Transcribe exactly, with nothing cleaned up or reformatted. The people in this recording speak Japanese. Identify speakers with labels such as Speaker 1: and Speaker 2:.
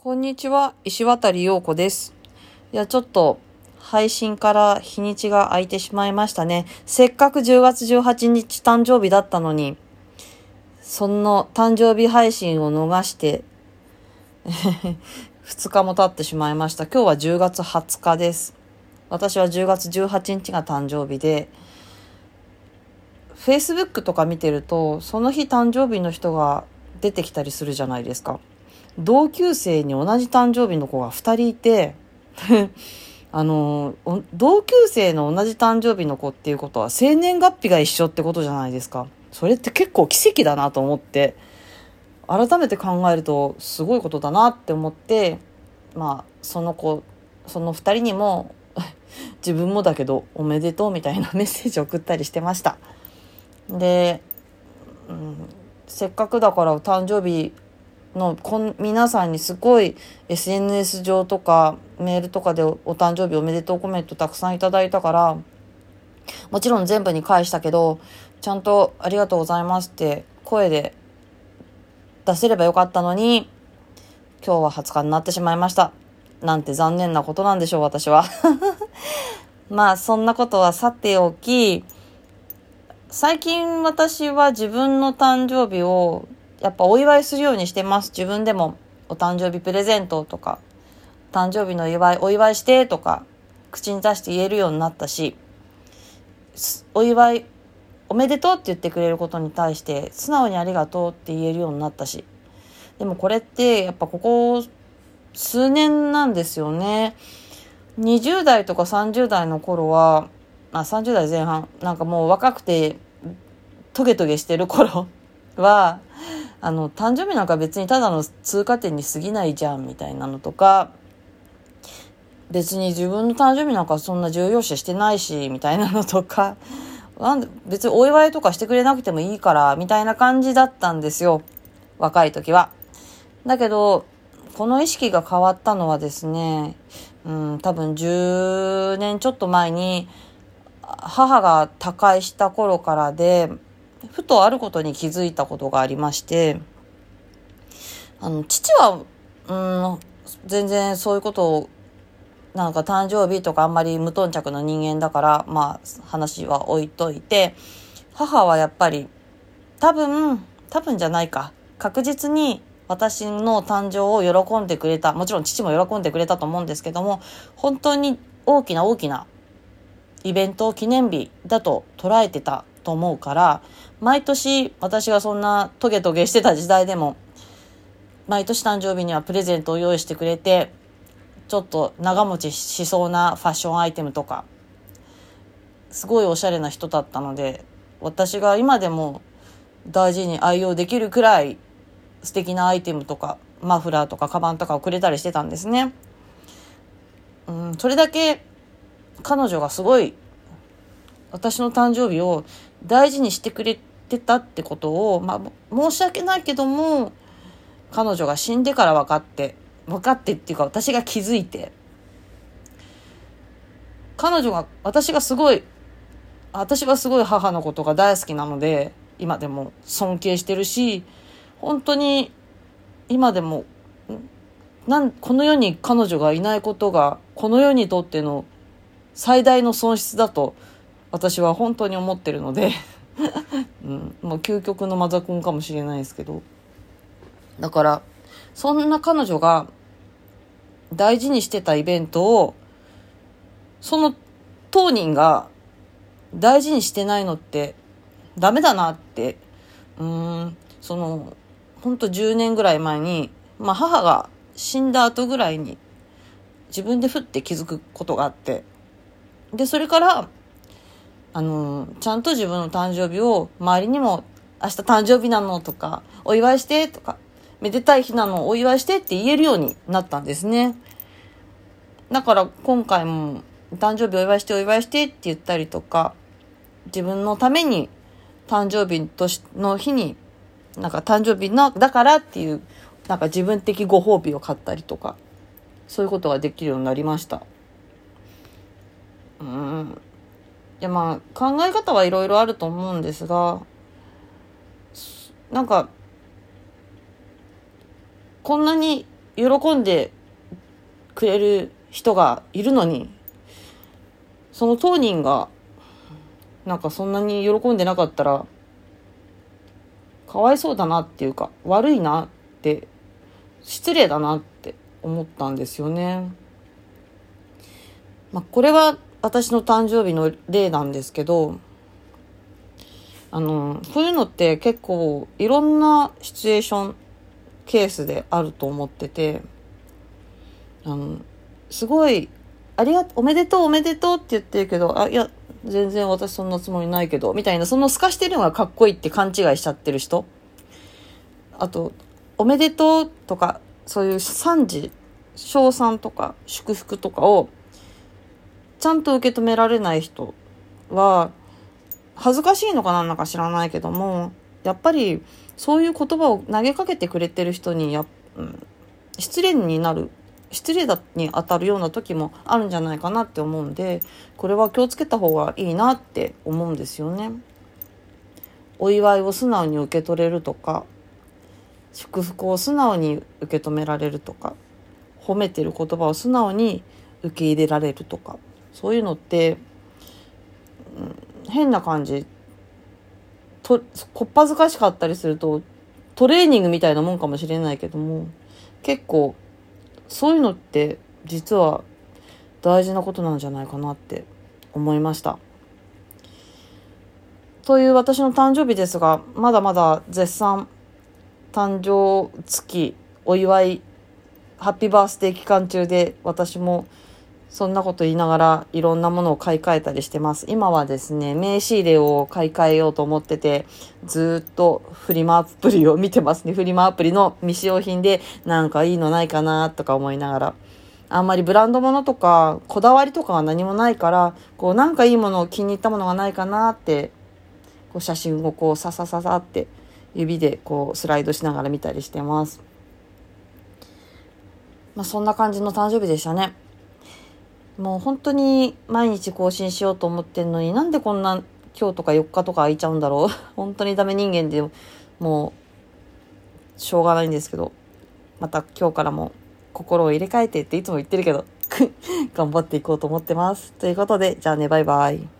Speaker 1: こんにちは、石渡陽子です。いや、ちょっと配信から日にちが空いてしまいましたね。せっかくじゅうがつじゅうはちにち誕生日だったのに、その誕生日配信を逃してふつかも経ってしまいました。今日はじゅうがつはつかです。私はじゅうがつじゅうはちにちが誕生日で、Facebook とか見てると、その日誕生日の人が出てきたりするじゃないですか。同級生に同じ誕生日の子がふたりいてあの同級生の同じ誕生日の子っていうことは生年月日が一緒ってことじゃないですか。それって結構奇跡だなと思って、改めて考えるとすごいことだなって思って、まあその子そのふたりにも自分もだけどおめでとうみたいなメッセージを送ったりしてました。で、うん、せっかくだから誕生日のこん皆さんにすごい エスエヌエス 上とかメールとかで お, お誕生日おめでとうコメントたくさんいただいたから、もちろん全部に返したけど、ちゃんとありがとうございますって声で出せればよかったのに、今日ははつかになってしまいました。なんて残念なことなんでしょう、私はまあそんなことはさておき、最近私は自分の誕生日をやっぱお祝いするようにしてます。自分でもお誕生日プレゼントとか、誕生日の祝いお祝いしてとか口に出して言えるようになったし、お祝いおめでとうって言ってくれることに対して素直にありがとうって言えるようになったし、でもこれってやっぱここ数年なんですよね。にじゅう代とかさんじゅう代の頃は、まあさんじゅう代前半、なんかもう若くてトゲトゲしてる頃は、あの誕生日なんか別にただの通過点に過ぎないじゃんみたいなのとか、別に自分の誕生日なんかそんな重要視してないしみたいなのとか、なんで別にお祝いとかしてくれなくてもいいからみたいな感じだったんですよ、若い時は。だけどこの意識が変わったのはですね、うん、多分じゅうねんちょっと前に母が他界した頃からで、ふとあることに気づいたことがありまして、あの父は、うん、全然そういうことをなんか誕生日とかあんまり無頓着な人間だから、まあ話は置いといて、母はやっぱり多分多分じゃないか確実に私の誕生を喜んでくれた。もちろん父も喜んでくれたと思うんですけども、本当に大きな大きなイベント記念日だと捉えてたと思うから、毎年私がそんなトゲトゲしてた時代でも毎年誕生日にはプレゼントを用意してくれて、ちょっと長持ちしそうなファッションアイテムとか、すごいおしゃれな人だったので、私が今でも大事に愛用できるくらい素敵なアイテムとかマフラーとかカバンとかをくれたりしてたんですね。うん、それだけ彼女がすごい私の誕生日を大事にしてくれてたってことを、まあ申し訳ないけども、彼女が死んでから分かって分かってっていうか私が気づいて、彼女が私がすごい私はすごい母のことが大好きなので、今でも尊敬してるし、本当に今でもなんこの世に彼女がいないことがこの世にとっての最大の損失だと私は本当に思ってるので、うん、もう究極のマザコンかもしれないですけど、だからそんな彼女が大事にしてたイベントをその当人が大事にしてないのってダメだなって、うーんそのほんとじゅうねんぐらい前に、まあ母が死んだ後ぐらいに自分でふって気づくことがあって、でそれからあのちゃんと自分の誕生日を周りにも明日誕生日なのとかお祝いしてとかめでたい日なのお祝いしてって言えるようになったんですね。だから今回も誕生日お祝いしてお祝いしてって言ったりとか、自分のために誕生日としの日になんか誕生日のだからっていうなんか自分的ご褒美を買ったりとか、そういうことができるようになりました。うーんいやまあ考え方はいろいろあると思うんですが、なんかこんなに喜んでくれる人がいるのに、その当人がなんかそんなに喜んでなかったらかわいそうだなっていうか、悪いなって、失礼だなって思ったんですよね。まあ、これは私の誕生日の例なんですけど、あのそういうのって結構いろんなシチュエーションケースであると思ってて、あのすごいありがおめでとうおめでとうって言ってるけど、あいや全然私そんなつもりないけどみたいな、その透かしてるのがかっこいいって勘違いしちゃってる人、あとおめでとうとかそういう賛辞称賛とか祝福とかをちゃんと受け止められない人は恥ずかしいのかなんだか知らないけども、やっぱりそういう言葉を投げかけてくれてる人にや、うん、失礼になる失礼だに当たるような時もあるんじゃないかなって思うんで、これは気をつけた方がいいなって思うんですよね。お祝いを素直に受け取れるとか、祝福を素直に受け止められるとか、褒めてる言葉を素直に受け入れられるとか、そういうのって、うん、変な感じとこっぱずかしかったりするとトレーニングみたいなもんかもしれないけども、結構そういうのって実は大事なことなんじゃないかなって思いました。という私の誕生日ですが、まだまだ絶賛誕生月お祝いハッピーバースデー期間中で、私もそんなこと言いながらいろんなものを買い替えたりしてます。今はですね、名刺入れを買い替えようと思ってて、ずっとフリマアプリを見てますね。フリマアプリの未使用品でなんかいいのないかなとか思いながら、あんまりブランド物とかこだわりとかは何もないから、こうなんかいいもの、気に入ったものがないかなって、こう写真をこうささささって指でこうスライドしながら見たりしてます。まあそんな感じの誕生日でしたね。もう本当に毎日更新しようと思ってんのに、なんでこんな今日とかよっかとか空いちゃうんだろう。本当にダメ人間でもうしょうがないんですけど、また今日からも心を入れ替えてっていつも言ってるけど頑張っていこうと思ってます。ということで、じゃあね、バイバイ。